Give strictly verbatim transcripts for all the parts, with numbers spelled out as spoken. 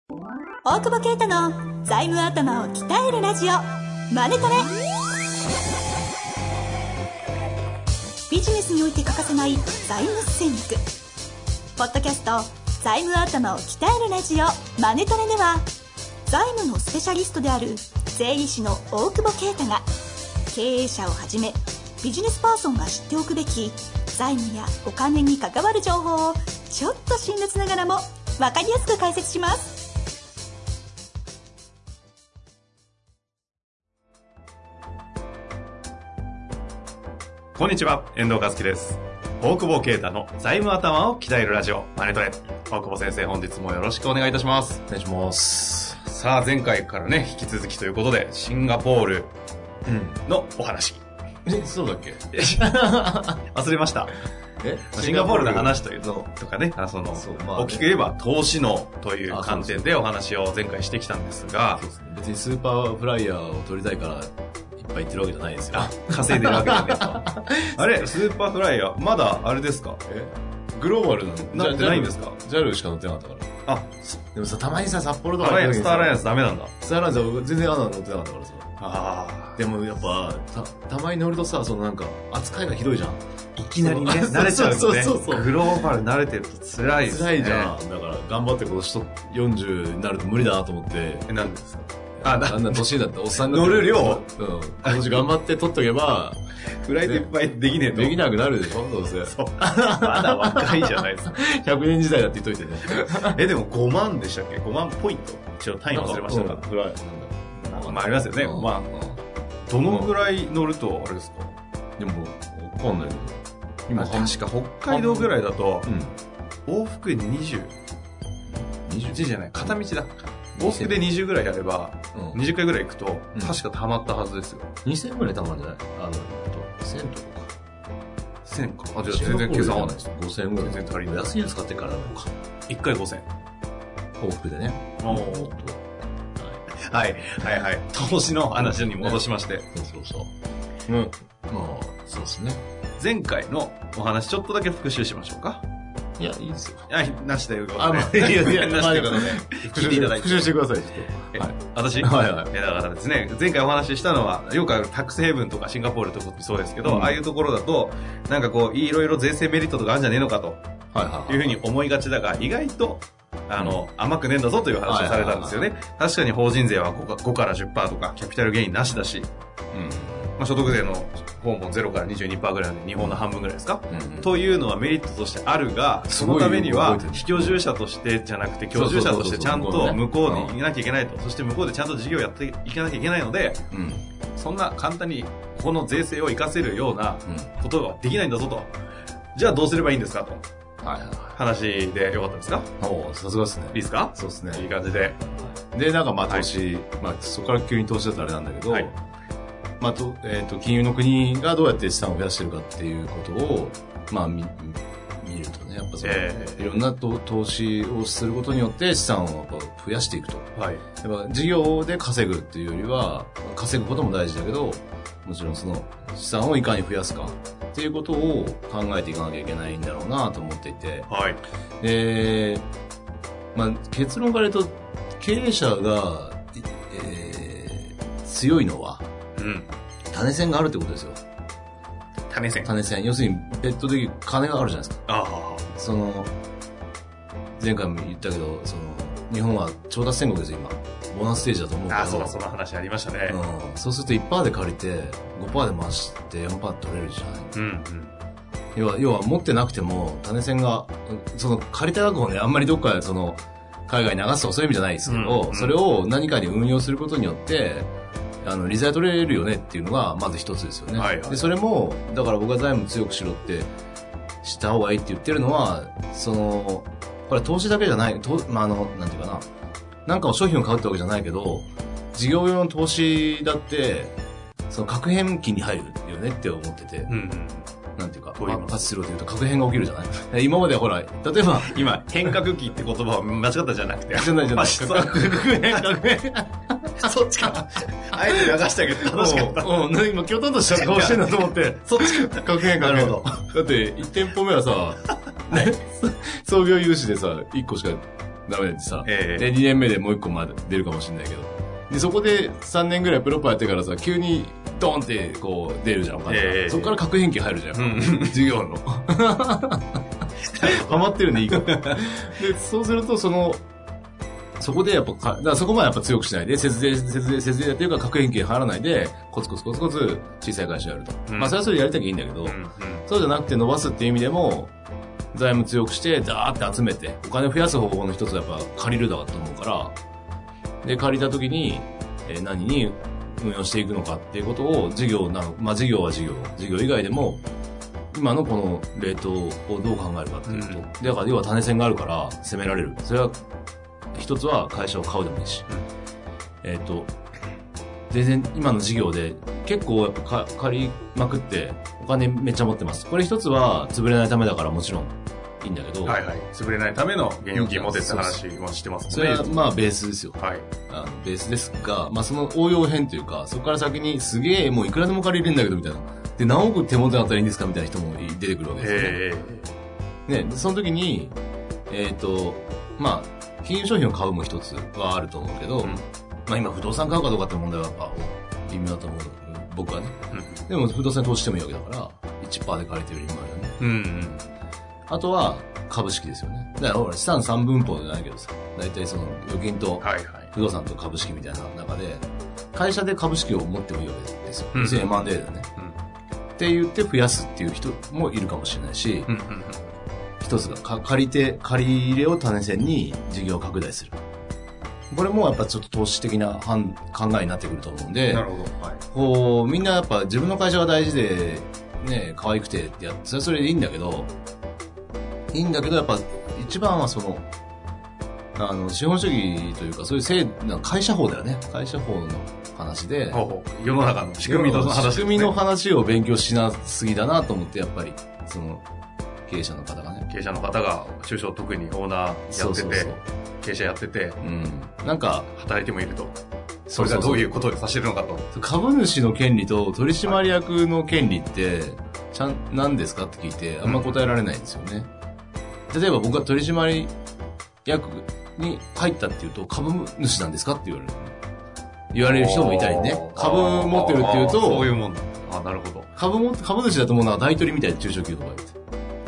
大久保啓太の財務頭を鍛えるラジオマネトレ。ビジネスにおいて欠かせない財務戦略。ポッドキャスト財務頭を鍛えるラジオマネトレでは、財務のスペシャリストである税理士の大久保啓太が、経営者をはじめビジネスパーソンが知っておくべき財務やお金に関わる情報をちょっと辛辣ながらも分かりやすく解説します。 こんにちは、遠藤和樹です。大久保啓太の財務頭を鍛えるラジオマネトレ。大久保先生、本日もよろしくお願いいたします。 お願いします。 さあ、前回からね、引き続きということで、シンガポールのお話。 うん、え、そうだっけ忘れました。えシンガポールの話というのとかね、その、まあね、大きく言えば投資のという観点でお話を前回してきたんですが、 そうですね、別にスーパーフライヤーを取りたいからいっぱい言ってるわけじゃないですよ。 あ、稼いでるわけじゃないですか。あれ、スーパーフライヤー、まだあれですか？ えグローバルなのなってないんですか？ ジャル しか乗ってなかったから。あ、でもさ、たまにさ、札幌とかスターアライアンスダメなんだ。 スターアライアンスは全然あんなの乗ってなかったからさ。 ああ。 でもやっぱ、た、たまに乗るとさ、そのなんか、扱いがひどいじゃん。 いきなりね、慣れちゃうとね。 そうそうそう。 グローバル慣れてると辛いですね。 辛いじゃん。だから、頑張って今年とよんじゅうになると無理だなと思って。 え、なんですか？ あ、あんな年だったおっさんになって乗る量、うん、 今年頑張って取っとけば、 フライトいっぱいできねえと。 できなくなるでしょ、どうせ。そう。 まだ若いじゃないですか。 ひゃくねん時代だって言っといてね。 え、でもごまんでしたっけ ?ご 万ポイント。一応単位忘れましたが。 フライ。 まあありますよね。 うん、 まあ、どのぐらい乗ると、あれですか？ でも、わかんないけど。 今、確か北海道ぐらいだと、 うん、 往復にじゅう。 にじゅうじゃない、片道だ。往復でにじゅうぐらいやれば、うん、にじゅっかいぐらい行くと、うん、確か溜まったはずですよ。 にせんぐらい溜まるんじゃない？あの、せんとか。 せんか。あ、じゃあ全然計算合わないです。 ごせんぐらい。 全然足りない。 安いやつ買ってからなのか。 いっかいごせん。 往復でね。 おー。はい。はいはい。投資の話に戻しまして。 そうそうそう。うん。まあ、そうですね。 前回のお話、ちょっとだけ復習しましょうか。 いや、いいですよ。 いや、なしだよ。 あ、まあ、いやいや、 なしだよ。 復習していただいて。復習してください、ちょっと。 はい。私はいはい。 え、だからですね、前回お話ししたのは、よくあるタックスヘイブンとかシンガポールとかそうですけど、うん、ああいうところだと、なんかこう、いろいろ税制メリットとかあるんじゃねえのかと、はいはい。いうふうに思いがちだが、意外と、あの、うん、甘くねえんだぞという話をされたんですよね。確かに法人税は ご, ごから じゅっパーセント とか、キャピタルゲインなしだし、うん。まあ、所得税の方もゼロから にじゅうにパーセント ぐらいなんで、日本の半分ぐらいですか、うんうん、というのはメリットとしてあるが、そのためには、非居住者としてじゃなくて、居住者としてちゃんと向こうに行かなきゃいけないと。そして向こうでちゃんと事業をやっていかなきゃいけないので、うん、そんな簡単にこの税制を活かせるようなことができないんだぞと。じゃあどうすればいいんですかと。はいはい、話でよかったですか？ お、さすがですね。 いいですか？ そうですね。 いい感じで。 で、なんかまあ投資、はい、まあそこから急に投資だとあれなんだけど、はい、まあと、えっと、金融の国がどうやって資産を増やしてるかっていうことを、まあ見、見るとね、やっぱその、えー、いろんな投資をすることによって資産をやっぱ増やしていくと。はい。やっぱ事業で稼ぐっていうよりは、稼ぐことも大事だけど、もちろんその資産をいかに増やすかっていうことを考えていかなきゃいけないんだろうなと思っていて。はい。で、まあ結論から言うと、経営者が、えー、強いのは、うん、種銭があるってことですよ。 種銭種銭。要するに、ベッドで金があるじゃないですか。ああ。その、前回も言ったけど、その、日本は調達戦国ですよ、今。ボーナスステージだと思うけど。 ああ、そうだ、その話ありましたね。 うん。そうすると いちパーセント で借りて、ごパーセント で回して よんパーセント 取れるじゃない。うんうん。要は、要は持ってなくても、種銭が、その、借りた額をね、あんまりどっかでその、海外に流すとかそういう意味じゃないですけど、うんうん、それを何かに運用することによって、あの、利ザヤ取れるよねっていうのが、まず一つですよね。はいはい。で、それも、だから僕は財務強くしろって、した方がいいって言ってるのは、その、これ投資だけじゃない、とまあ、あの、なんていうかな、なんかを商品を買うってわけじゃないけど、事業用の投資だって、その確変期に入るよねって思ってて、うんうん、なんていうか、まあ、パチスロで言うと確変が起きるじゃない今まではほら、例えば、 今、変革期って言葉は間違ったじゃなくて、 じゃないじゃない。 確変、確変。そっちか。あえて流してあげて楽しかった。 うん、うん、今、きょとんとした顔してんだと思って、 そっちか。 確変、確変。なるほど。だって、いち店舗目はさ、ね、創業融資でさ、いっこしかダメでさ、 えー、 でにねんめでもういっこまで出るかもしれないけど、でそこでさんねんぐらいプロパやってからさ、急にドンってこう出るじゃん、お金、えー、そこから核変形入るじゃん、うん、授業のハマってるんでいいからでそうするとそのそこでやっぱか、だからそこまでやっぱ強くしないで、節税、節税、節税やっていうか、核変形入らないで、コツコツコツコツ小さい会社やると。うん、まあそれはそれやりたきゃいいんだけど、うんうん、そうじゃなくて伸ばすっていう意味でも、財務強くして、ダーって集めて、お金増やす方法の一つはやっぱ借りるだと思うから、で、借りた時に、えー、何に運用していくのかっていうことを、事業なの、まあ事業は事業、事業以外でも、今のこのレートをどう考えるかっていうこと。うん、だから要は種銭があるから攻められる。それは、一つは会社を買うでもいいし、うん、えっ、ー、と全然今の事業で結構やっぱ借りまくってお金めっちゃ持ってます。これ一つは潰れないためだからもちろんいいんだけど、 はいはい、潰れないための現預金持てって話もしてますもんね。それはまあベースですよ、 はい、 あのベースですが、まあその応用編というか、そこから先にすげえもういくらでも借りれるんだけどみたいな、で何億手元だったらいいんですかみたいな人も出てくるわけですよね。ね、その時にえっ、ー、とまあ金融商品を買うも一つはあると思うけど、うん、まあ今不動産買うかどうかって問題はやっぱ微妙だと思う、僕はね、うん、でも不動産に投資してもいいわけだから いちパーセント で借りてる今までね、うんうん、あとは株式ですよね。だからほら資産三分法じゃないけどさ、大体その預金と不動産と株式みたいな中で会社で株式を持ってもいいわけですよ、うん、エムアンドエー だね、うん、って言って増やすっていう人もいるかもしれないし、うんうんうん、一つがか借りて借り入れを種銭に事業を拡大する。これもやっぱちょっと投資的な考えになってくると思うんで、 なるほど、はい、 こうみんなやっぱ自分の会社が大事でね、可愛くてってやってそれはそれでいいんだけど、いいんだけどやっぱ一番はそのあの資本主義というかそういう制会社法だよね。会社法の話で、 ほうほう世の中の仕組みの話ですね。 仕組みの話を勉強しなすぎだなと思って、やっぱりその経営者の方がね、 経営者の方が中小特にオーナーやってて、そうそうそう、経営者やってて、うん、 なんか働いてもいると、それがどういうことを指してるのかと。 株主の権利と取締役の権利ってちゃん何ですかって聞いてあんま答えられないんですよね。うん、例えば僕が取締役に入ったっていうと株主なんですかって言われる。言われる人もいたりね。株持ってるっていうと、 そういうもんだ。あ、なるほど。 株も株主だと思うのは大取りみたいな中小企業の場合って。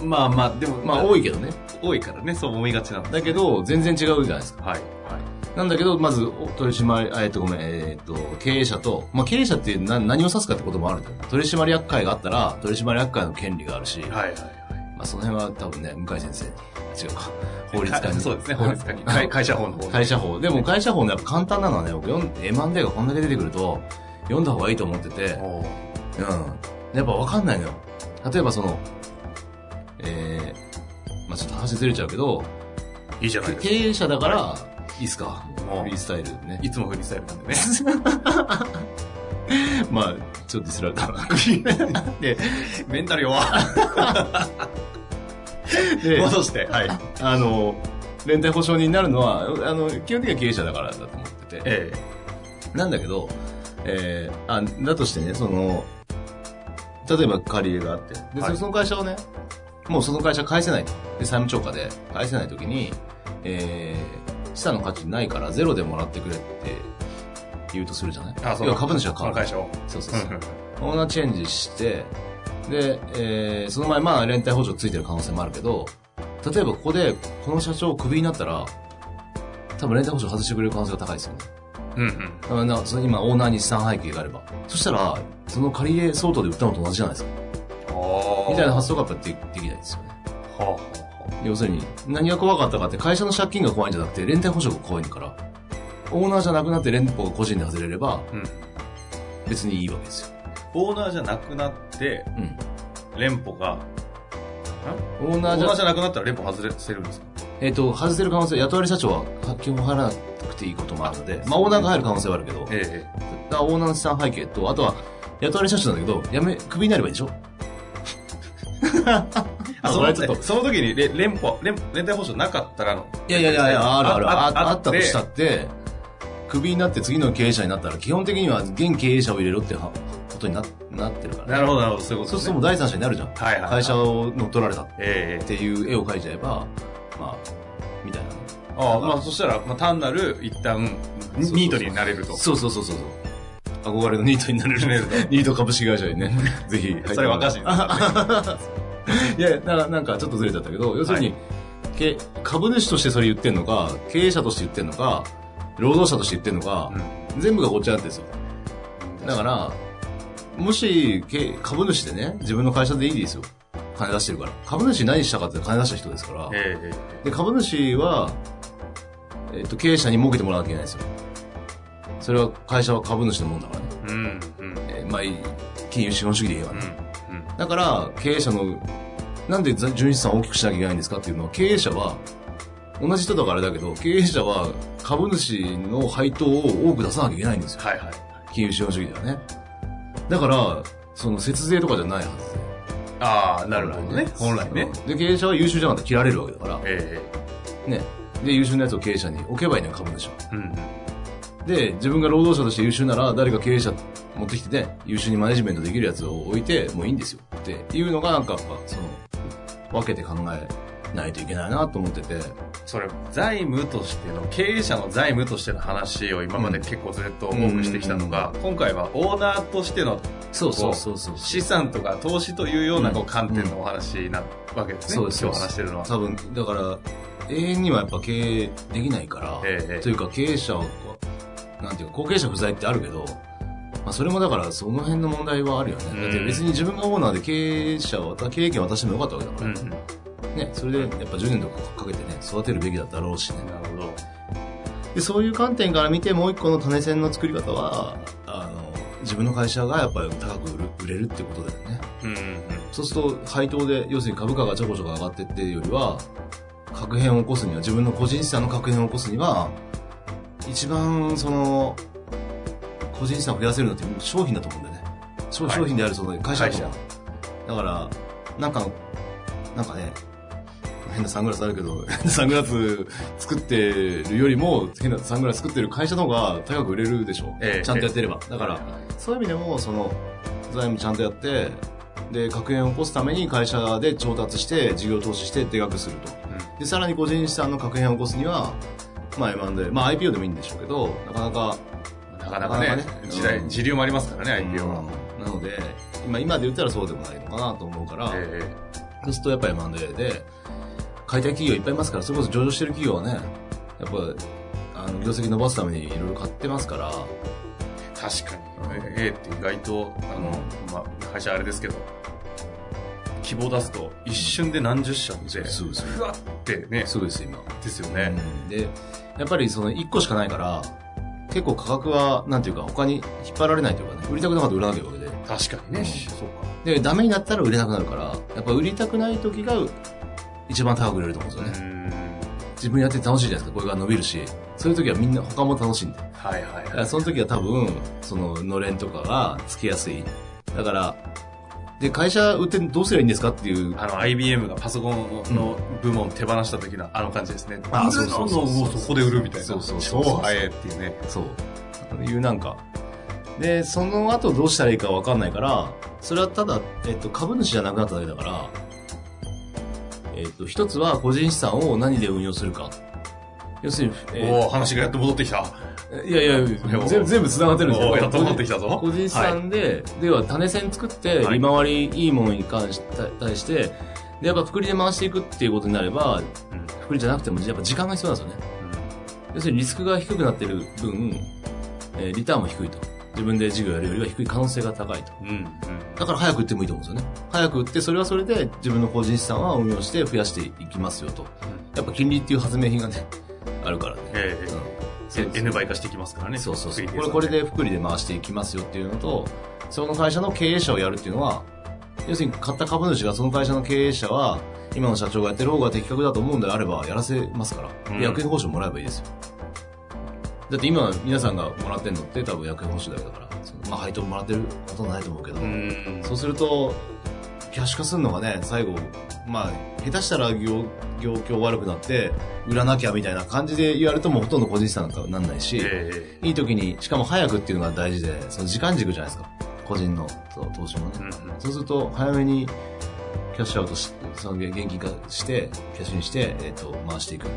まあまあでもまあ多いけどね。 多いからね、そう思いがちなんだ。 だけど全然違うじゃないですか。 はいはい。 なんだけどまず取締えっとごめんえっと経営者と、まあ経営者って何何を指すかってこともあるんだよ。取締役会があったら取締役会の権利があるし。はいはいはい。まあその辺は多分ね向井先生に違うか。法律家に。 そうですね、法律家に。会, 会社法の方。 会社法。でも会社法のやっぱ簡単なのはね、僕読んで、エムアンドエー がこんだけ出てくると、読んだ方がいいと思ってて、うん。やっぱわかんないのよ。例えばその、えー、まあちょっと話ずれちゃうけど、 いいじゃないですか。 経営者だから、はい、いいっすか。フリースタイルね。 いつもフリースタイルなんでね。まあちょっとディスられたな。 で、メンタル弱。 で戻して、はい。 あの、連帯保証人になるのは、あの、基本的には経営者だからだと思ってて。ええ。なんだけど、えー、あ、だとしてね、その、例えば借り入れがあって、で、はい、その会社をね、もうその会社返せないと。で、債務超過で返せないときに、えー、資産の価値ないからゼロでもらってくれって言うとするじゃない？ あ、そう。 要は株主が変わる。 会社を。 そうそうそう。オーナーチェンジして、で、えー、その前、まあ、連帯保証ついてる可能性もあるけど、例えばここで、この社長をクビになったら、多分連帯保証外してくれる可能性が高いですよね。うんうん。だからな、その今、オーナーに資産背景があれば。そしたら、その借り入れ相当で売ったのと同じじゃないですか。みたいな発想がやっぱでできないですよね。はあはあ、要するに、何が怖かったかって、会社の借金が怖いんじゃなくて、連帯保証が怖いんだから、オーナーじゃなくなって連邦が個人で外れれば、うん、別にいいわけですよ。 オーナーじゃなくなって、うん、連邦が、 オーナーじゃ、 オーナーじゃなくなったら連邦外せるんですか？ えっ、ー、と、外せる可能性、雇われ社長は基本入らなくていいこともあるので、まあオーナーが入る可能性はあるけど、ええ、だからオーナーの資産背景と、あとは雇われ社長なんだけど、やめ、クビになればいいでしょ？ あ、そのちょっとその時に連邦、連帯保証なかったらの。 いやいやいやいや、あるある、あ, あ, あったとしたって、クビになって次の経営者になったら、基本的には現経営者を入れろってことに な, なってるから、ね。 なるほど、なるほど、そういうことですね。 そうするともう第三者になるじゃん。 はいはいはい、 会社を乗っ取られたっていう絵を描いちゃえば、まあ、みたいな。 ああ、まあそしたら、まあ、単なる一旦ニートになれると。 そうそうそうそう。憧れのニートになれる。ニート株式会社にね。ぜひ。 それはおかしいですね。いや、だからなんかちょっとずれちゃったけど、要するに、はい、株主としてそれ言ってんのか、経営者として言ってんのか、労働者として言ってんのか、うん、全部がごっちゃなんですよ。だから、もし、株主でね、自分の会社でいいですよ。金出してるから。株主何したかって金出した人ですから。えー、で、株主は、えっと、経営者に儲けてもらわなきゃいけないんですよ。それは会社は株主のもんだからね。うんうん、えー、まあ、金融資本主義で言えばね。うんうん、だから、経営者の、なんで純資産を大きくしなきゃいけないんですかっていうのは、経営者は、同じ人だからあれだけど、経営者は株主の配当を多く出さなきゃいけないんですよ。はいはい。金融資本主義ではね。だから、その節税とかじゃないはずで。 ああ、なるほどね。本来ね。 で、経営者は優秀じゃなかったら切られるわけだから。ええー。ね。で、優秀なやつを経営者に置けばいいのよ、株主は。うん。で、自分が労働者として優秀なら、誰か経営者持ってきてね、優秀にマネジメントできるやつを置いてもういいんですよ。っていうのが、なんか、その、分けて考えないといけないなと思ってて。 それ、財務としての、経営者の財務としての話を今まで結構ずっと多くしてきたのが、うん、今回はオーナーとしての、 そうそうそうそう。 資産とか投資というようなこう観点のお話なわけですね。そうです。今日話してるのは。 多分、だから、永遠にはやっぱ経営できないから、ええ、というか経営者は、なんていうか、後継者不在ってあるけど、まあそれもだからその辺の問題はあるよね。うん、だって別に自分がオーナーで経営者を、経営権渡してもよかったわけだから。うんね、それでやっぱじゅうねんとかかけてね、育てるべきだったろうしね。なるほど。で、そういう観点から見てもう一個の種銭の作り方は、あの、自分の会社がやっぱり高く売る、売れるってことだよね。うんうんうん。そうすると配当で、要するに株価がちょこちょこ上がってっていうよりは、確変を起こすには、自分の個人資産の確変を起こすには、一番その、個人資産を増やせるのって商品だと思うんだよね。商品であるその会社だと思う。だから、なんか、なんかね、変なサングラスあるけど、サングラス作ってるよりも、変なサングラス作ってる会社の方が高く売れるでしょ。ええ、ちゃんとやってれば。だから、そういう意味でも、その、財務ちゃんとやって、で、確変を起こすために会社で調達して、事業投資してでかくすると。うん、で、さらに個人資産の確変を起こすには、まあ エムアンドエー、まあ アイピーオー でもいいんでしょうけど、なかなか、 なかなかね、なかなかね時代、うん、時流もありますからね、アイピーオー は。 うん、なので、今、今で言ったらそうでもないのかなと思うから、ええ、そうするとやっぱり エムアンドエー で、解体企業いっぱいいますから、それこそ上場してる企業はね、やっぱ、あの、業績伸ばすためにいろいろ買ってますから。 確かに。うん、A って意外と、あの、まあ、会社あれですけど、希望出すと一瞬で何十社って、すぐすぐ。ふわってね。 すぐです、今。 ですよね。 うん、で、やっぱりそのいっこしかないから、結構価格は、なんていうか、他に引っ張られないというかね、売りたくなかったら売らなきゃいけないわけで。確かにね。うん、そうか。 で、ダメになったら売れなくなるから、やっぱ売りたくない時が、一番高く売れると思うんですよね。自分やってて楽しいじゃないですか。これが伸びるし。そういう時はみんな他も楽しいんで。はいはい、はい。だからその時は多分、その、のれんとかがつきやすい。だから、で、会社売ってどうすればいいんですかっていう。 あの、アイビーエム がパソコンの部門手放した時のあの感じですね。 あ、そうそうそうそう。 そこで売るみたいな。 そうそうそう。超早いっていうね。 そう。いうなんか。で、その後どうしたらいいか分かんないから、それはただ、えっと、株主じゃなくなっただけだから、えっと、一つは個人資産を何で運用するか。要するに、 えー、おー、話がやっと戻ってきた。 いやいや、全部、全部繋がってるんですよ。 やっと戻ってきたぞ。 個人資産で、はい、では種銭作って、利回りいいものに関し、対して、で、やっぱ複利で回していくっていうことになれば、うん、複利じゃなくても、やっぱ時間が必要なんですよね。うん、要するにリスクが低くなってる分、えー、リターンも低いと。自分で事業やるよりは低い可能性が高いと。うんうん、だから早く売ってもいいと思うんですよね。早く売って、それはそれで自分の個人資産は運用して増やしていきますよと。うん、やっぱ金利っていう発明品がね、あるからね。えーうん、N 倍化していきますからね。 そうそうそう。これ、これで複利で回していきますよっていうのと、その会社の経営者をやるっていうのは、要するに買った株主がその会社の経営者は、今の社長がやってる方が的確だと思うんであれば、やらせますから。うん、役員報酬もらえばいいですよ。だって今皆さんがもらってんのって多分役員報酬だけだから、まあ配当もらってることないと思うけど、うそうすると、キャッシュ化するのがね、最後、まあ、下手したら業、業況悪くなって、売らなきゃみたいな感じで言われるともうほとんど個人資産なんかなんないし、えー、いい時に、しかも早くっていうのが大事で、その時間軸じゃないですか。個人のそう投資もね、うんうん。そうすると、早めにキャッシュアウトし、その現金化して、キャッシュにして、えっと、回していく。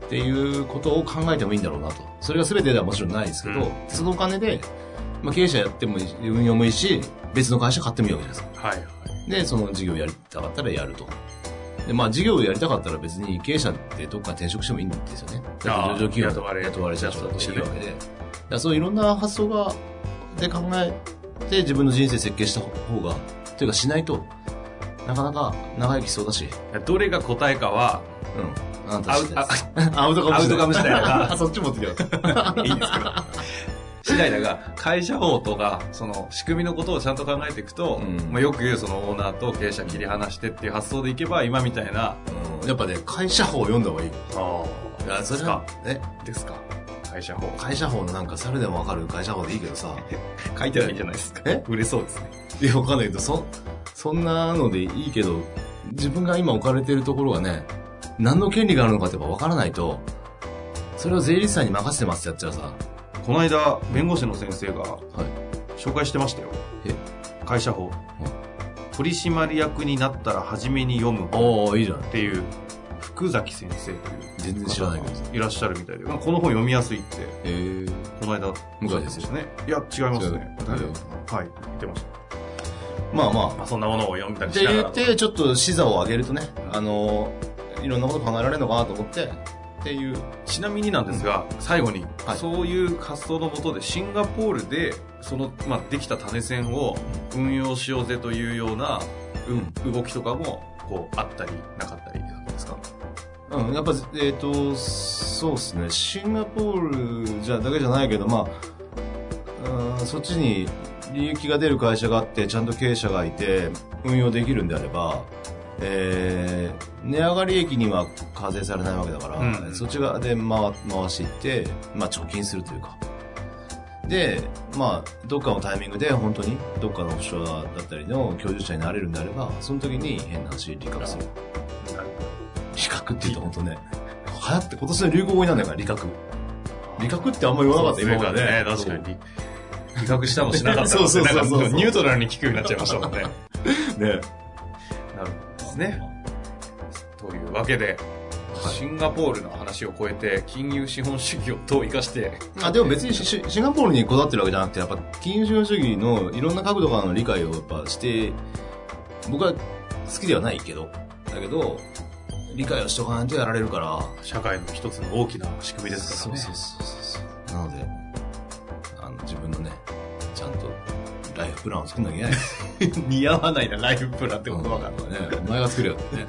っていうことを考えてもいいんだろうなと。それが全てではもちろんないですけど、うん、そのお金で、まあ、経営者やってもいい、運用もいいし、別の会社買ってもいいわけじゃないですか。はいはい。で、その事業やりたかったらやると。で、まあ事業をやりたかったら別に経営者ってどっか転職してもいいんですよね。だって上場企業雇われ、雇われ社長だとしていいわけで。だからそういろんな発想が、で考えて自分の人生設計した方が、というかしないと、なかなか長生きしそうだし。 どれが答えかは、 うん。あんた知ってアウトカムアウトカム次第だが。 そっち持ってきよ。 いいんですけど。次第だが、会社法とか、その仕組みのことをちゃんと考えていくと、うん、まあ、よく言うそのオーナーと経営者切り離してっていう発想でいけば、今みたいな。 うん、やっぱね、会社法を読んだ方がいい。 ああ。いや、それか。 えですか。会社法。 会社法のなんか猿でもわかる会社法でいいけどさ。 書いてないじゃないですか。え売れそうですね。 いや、わかんないけど、そ、そんなのでいいけど、自分が今置かれてるところがね、何の権利があるのかってやっぱわからないと、それを税理士さんに任せてますってやっちゃうさ。 この間、弁護士の先生が、紹介してましたよ。え会社法、うん。取締役になったら初めに読む本。いいじゃん。 っていう、福崎先生という。 全然知らないけど。 いらっしゃるみたいで。この本読みやすいって。 えー、 この間、 向井先生ね。いや、違いますね。はい、言ってました。 まあまあ。 まあ、そんなものを読んだりしながら。 って言って、ちょっと視座を上げるとね、あの、いろんなこと考えられるのかなと思って、っていう。 ちなみになんですが、うん、最後に、はい、そういう発想のもとでシンガポールでその、まあ、できた種銭を運用しようぜというような、うん、動きとかもこうあったりなかったりなんですか？ うん、やっぱえっ、ー、とそうですね、シンガポールじゃだけじゃないけど、まあ、うん、そっちに利益が出る会社があってちゃんと経営者がいて運用できるんであれば。えー、値上がり益には課税されないわけだから、うん、そっち側で回、回していって、まあ貯金するというか。で、まあ、どっかのタイミングで本当にどっかのオフショアだったりの居住者になれるんであれば、その時に変な話、利確する。利確って言うと本当ね、流行って今年の流行語になるんだから利確。利確ってあんまり言わなかった今までね。 確かに。利確したもしなかったもんね。 そうそうそうそう。 ニュートラルに聞くようになっちゃいましたもんね。 ね。 なるほど。ね、というわけで、はい、シンガポールの話を超えて金融資本主義をどう生かしてあでも別にシンガポールにこだわってるわけじゃなくて、やっぱ金融資本主義のいろんな角度からの理解をやっぱして僕は好きではないけどだけど理解をしておかないとやられるから社会の一つの大きな仕組みですからね。 そうそうそうそうなのであの自分のねちゃんとライフプランを作んなきゃいけない似合わないなライフプランってこと分かるね。お前が作るよってね。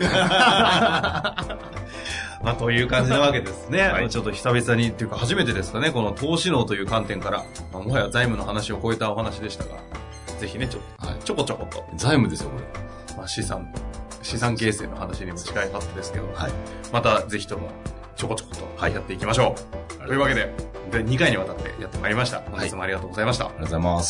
まあという感じなわけですね。はい、ちょっと久々にっていうか初めてですかね、この投資能という観点から、まあ、もはや財務の話を超えたお話でしたが、ぜひねちょ,、はい、ちょこちょこと財務ですよこれ。まあ資産資産形成の話にも近いかったですけど、はい、またぜひともちょこちょこと、はい、やっていきましょう。というわけで、でにかいにわたってやってまいりました。本日もありがとうございました。はい、 ありがとうございます。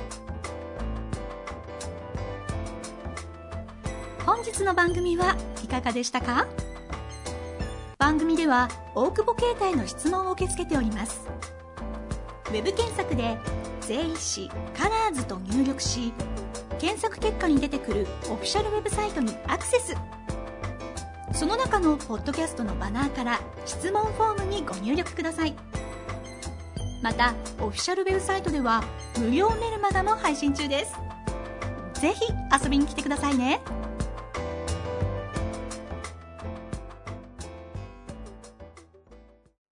本日の番組はいかがでしたか？番組では大久保携帯の質問を受け付けております。ウェブ検索で税理士カラーズと入力し、検索結果に出てくるオフィシャルウェブサイトにアクセス。その中のポッドキャストのバナーから質問フォームにご入力ください。またオフィシャルウェブサイトでは無料メルマガも配信中です。ぜひ遊びに来てくださいね。